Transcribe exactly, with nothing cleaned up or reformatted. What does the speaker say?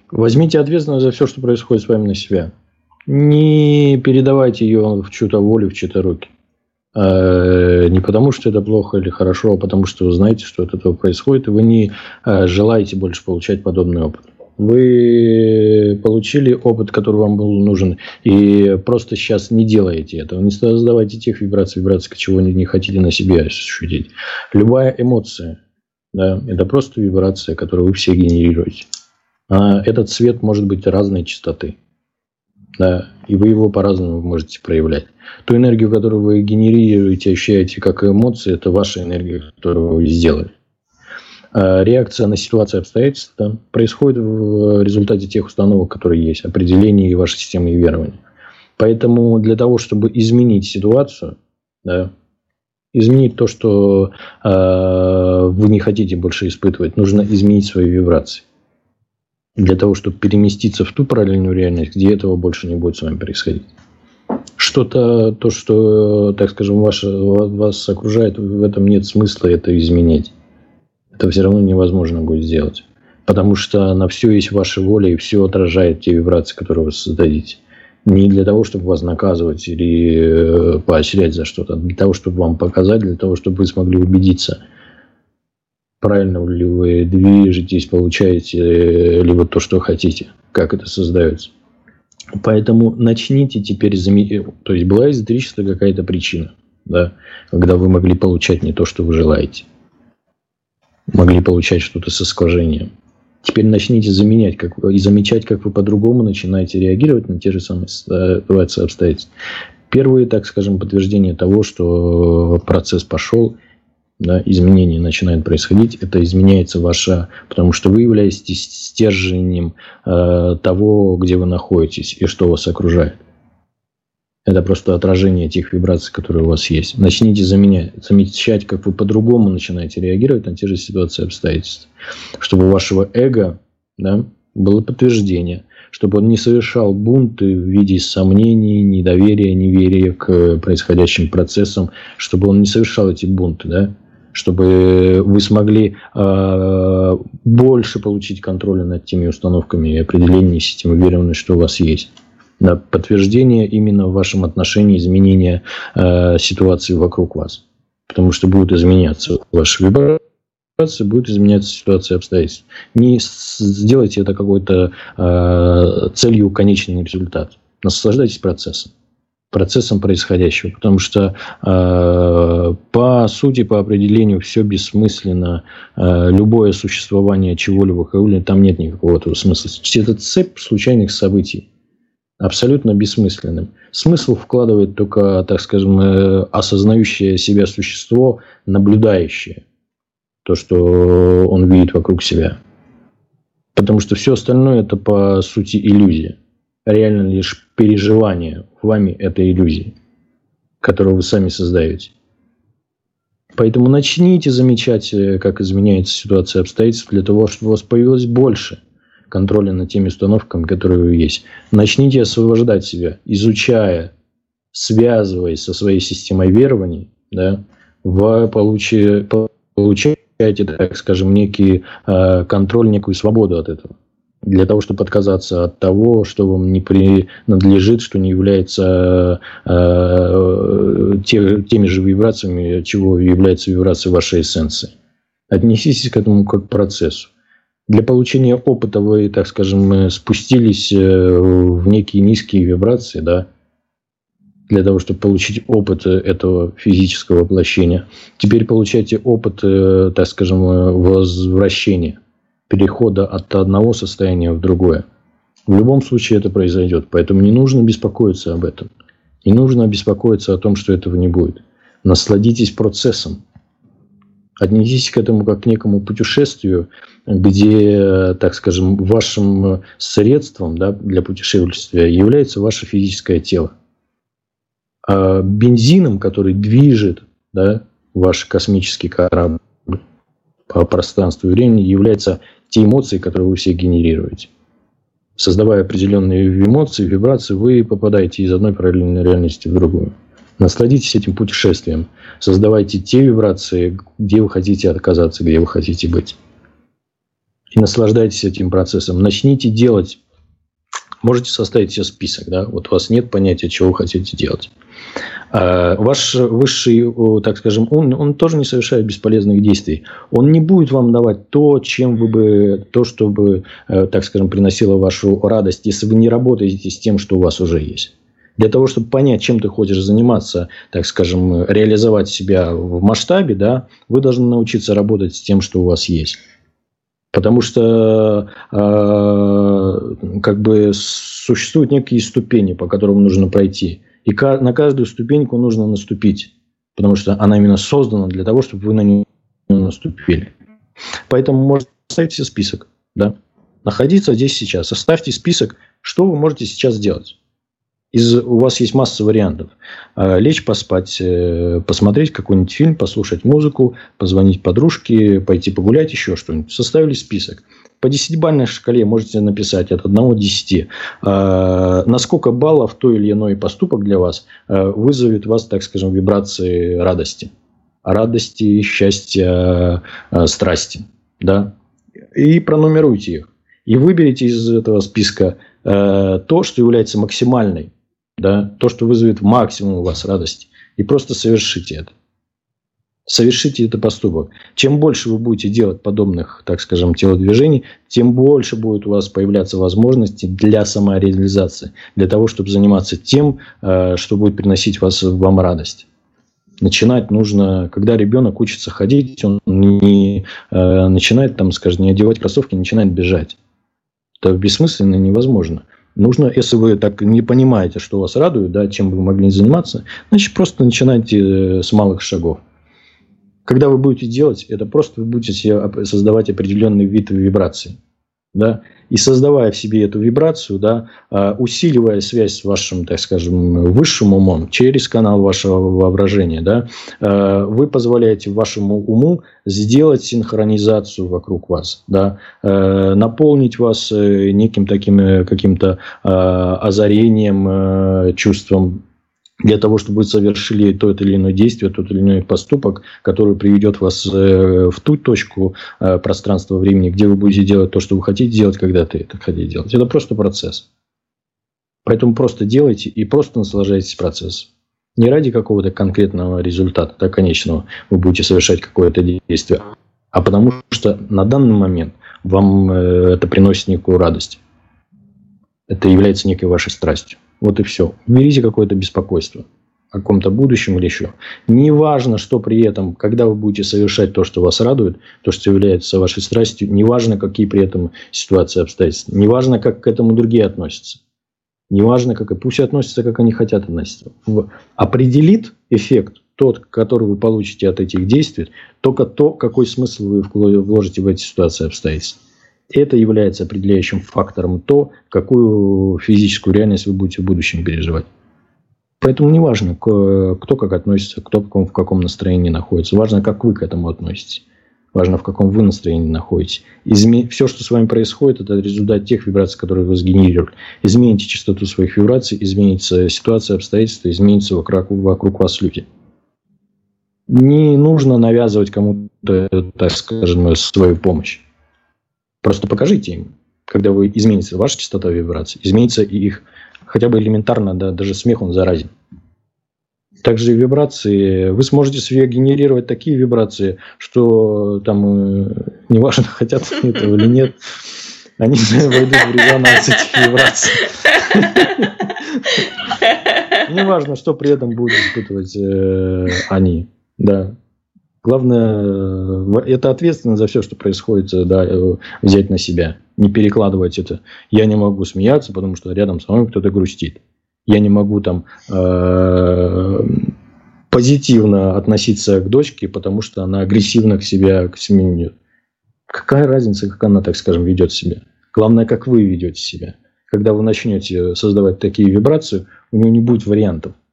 Возьмите ответственность за все, что происходит с вами, на себя. Не передавайте ее в чью-то волю, в чьи-то руки. Не потому, что это плохо или хорошо, а потому, что вы знаете, что от этого происходит, и вы не желаете больше получать подобный опыт. Вы получили опыт, который вам был нужен, и просто сейчас не делаете этого. Не создавайте тех вибраций, вибраций, чего не хотите на себе ощутить. Любая эмоция, да, это просто вибрация, которую вы все генерируете. А этот цвет может быть разной частоты. Да, и вы его по-разному можете проявлять. Ту энергию, которую вы генерируете, ощущаете как эмоции, это ваша энергия, которую вы сделали. А реакция на ситуацию, обстоятельства происходит в результате тех установок, которые есть, определений вашей системы и верований. Поэтому для того, чтобы изменить ситуацию, да, изменить то, что э, вы не хотите больше испытывать, нужно изменить свои вибрации. Для того, чтобы переместиться в ту параллельную реальность, где этого больше не будет с вами происходить. Что-то, то, что, так скажем, ваше, вас окружает, в этом нет смысла это изменять. Это все равно невозможно будет сделать. Потому что на все есть ваша воля, и все отражает те вибрации, которые вы создадите. Не для того, чтобы вас наказывать или поощрять за что-то, а для того, чтобы вам показать, для того, чтобы вы смогли убедиться, правильно ли вы движетесь, получаете ли вы то, что хотите, как это создается. Поэтому начните теперь замечать. То есть была эзотерическая какая-то причина, да, когда вы могли получать не то, что вы желаете. Могли получать что-то с искажением. Теперь начните заменять как, и замечать, как вы по-другому начинаете реагировать на те же самые ситуации, обстоятельства. Первые, так скажем, подтверждения того, что процесс пошел, да, изменения начинают происходить, это изменяется ваша, потому что вы являетесь стержнем э, того, где вы находитесь и что вас окружает. Это просто отражение тех вибраций, которые у вас есть. Начните заменять, замечать, как вы по-другому начинаете реагировать на те же ситуации и обстоятельства. Чтобы у вашего эго, да, было подтверждение, чтобы он не совершал бунты в виде сомнений, недоверия, неверия к происходящим процессам, чтобы он не совершал эти бунты, да, чтобы вы смогли э, больше получить контроля над теми установками и определениями системы верования, что у вас есть. Да, подтверждение именно в вашем отношении изменения э, ситуации вокруг вас. Потому что будут изменяться ваши вибрации, будет изменяться ситуация и обстоятельства. Не сделайте это какой-то э, целью конечный результат. Наслаждайтесь процессом. Процессом происходящего. Потому что э, по сути, по определению, все бессмысленно. Э, любое существование чего-либо, там нет никакого этого смысла. Это цепь случайных событий. Абсолютно бессмысленным. Смысл вкладывает только, так скажем, осознающее себя существо, наблюдающее то, что он видит вокруг себя. Потому что все остальное это по сути иллюзия. Реально лишь переживание вами этой иллюзии, которую вы сами создаете. Поэтому начните замечать, как изменяется ситуация и обстоятельства, для того, чтобы у вас появилось больше контроля над теми установками, которые есть. Начните освобождать себя, изучая, связываясь со своей системой верований, да, вы получи, получаете, так скажем, некий э, контроль, некую свободу от этого. Для того, чтобы отказаться от того, что вам не принадлежит, что не является э, те, теми же вибрациями, чего является вибрация вашей эссенции. Отнеситесь к этому как к процессу. Для получения опыта вы, так скажем, спустились в некие низкие вибрации, да, для того, чтобы получить опыт этого физического воплощения. Теперь получаете опыт, так скажем, возвращения, перехода от одного состояния в другое. В любом случае это произойдет, поэтому не нужно беспокоиться об этом. Не нужно беспокоиться о том, что этого не будет. Насладитесь процессом. Отнеситесь к этому как к некому путешествию, где, так скажем, вашим средством, да, для путешествия является ваше физическое тело. А бензином, который движет, да, ваш космический корабль по пространству и времени, являются те эмоции, которые вы все генерируете. Создавая определенные эмоции, вибрации, вы попадаете из одной параллельной реальности в другую. Насладитесь этим путешествием. Создавайте те вибрации, где вы хотите оказаться, где вы хотите быть. и наслаждайтесь этим процессом. Начните делать. Можете составить себе список. Да? Вот у вас нет понятия, чего вы хотите делать. А ваш высший, так скажем, ум, он тоже не совершает бесполезных действий. Он не будет вам давать то, чем вы бы, то, что бы, так скажем, приносило вашу радость, если вы не работаете с тем, что у вас уже есть. Для того, чтобы понять, чем ты хочешь заниматься, так скажем, реализовать себя в масштабе, да, вы должны научиться работать с тем, что у вас есть. Потому что э, как бы существуют некие ступени, по которым нужно пройти. И на каждую ступеньку нужно наступить. Потому что она именно создана для того, чтобы вы на нее наступили. Поэтому можете составить себе список. Да? Находиться здесь сейчас. Составьте список, что вы можете сейчас сделать. Из, у вас есть масса вариантов. Лечь, поспать, посмотреть какой-нибудь фильм, послушать музыку, позвонить подружке, пойти погулять, еще что-нибудь. Составили список. По десятибалльной шкале можете написать от одного до десяти. На сколько баллов той или иной поступок для вас вызовет у вас, так скажем, вибрации радости. Радости, счастья, страсти. Да? И пронумеруйте их. И выберите из этого списка то, что является максимальной. Да? То, что вызовет максимум у вас радости. И просто совершите это. Совершите этот поступок. Чем больше вы будете делать подобных, так скажем, телодвижений, тем больше будет у вас появляться возможности для самореализации. Для того, чтобы заниматься тем, что будет приносить вас, вам радость. Начинать нужно, когда ребенок учится ходить, он не начинает, там, скажем, не одевать кроссовки, не начинает бежать. Это бессмысленно и невозможно. Нужно, если вы так не понимаете, что вас радует, да, чем вы могли заниматься, значит, просто начинайте с малых шагов. Когда вы будете делать, это просто вы будете себе создавать определенный вид вибрации. Да? И создавая в себе эту вибрацию, да, усиливая связь с вашим, так скажем, высшим умом через канал вашего воображения, да, вы позволяете вашему уму сделать синхронизацию вокруг вас, да, наполнить вас неким таким каким-то озарением, чувством, для того, чтобы вы совершили то или иное действие, тот или иной поступок, который приведет вас в ту точку пространства времени, где вы будете делать то, что вы хотите делать, когда ты это хотите делать. Это просто процесс. Поэтому просто делайте и просто наслаждайтесь процессом. Не ради какого-то конкретного результата, да, конечного, вы будете совершать какое-то действие, а потому что на данный момент вам это приносит некую радость. Это является некой вашей страстью. Вот и все. Уберите какое-то беспокойство о каком-то будущем или еще. Неважно, что при этом, когда вы будете совершать то, что вас радует, то, что является вашей страстью, неважно, какие при этом ситуации, обстоятельства, неважно, как к этому другие относятся, неважно, как и пусть относятся, как они хотят относиться. Определит эффект тот, который вы получите от этих действий, только то, какой смысл вы вложите в эти ситуации, обстоятельства. Это является определяющим фактором то, какую физическую реальность вы будете в будущем переживать. Поэтому не важно, кто как относится, кто в каком настроении находится. Важно, как вы к этому относитесь. Важно, в каком вы настроении находитесь. Изме... Все, что с вами происходит, это результат тех вибраций, которые вы сгенерировали. Измените частоту своих вибраций, изменится ситуация, обстоятельства, изменится вокруг, вокруг вас люди. Не нужно навязывать кому-то, так скажем, свою помощь. Просто покажите им, когда вы изменится ваша частота вибраций, изменится и их, хотя бы элементарно, да, даже смех он заразен. Также и вибрации, вы сможете себе генерировать такие вибрации, что там, неважно, хотят они этого или нет, они войдут в резонанс этих вибраций. Неважно, что при этом будут испытывать они, да. Главное, это ответственность за все, что происходит, да, взять на себя. Не перекладывать это. Я не могу смеяться, потому что рядом со мной кто-то грустит. Я не могу там э, позитивно относиться к дочке, потому что она агрессивно к себе, к семье идет. Какая разница, как она, так скажем, ведет себя? Главное, как вы ведете себя. Когда вы начнете создавать такие вибрации, у нее не будет вариантов.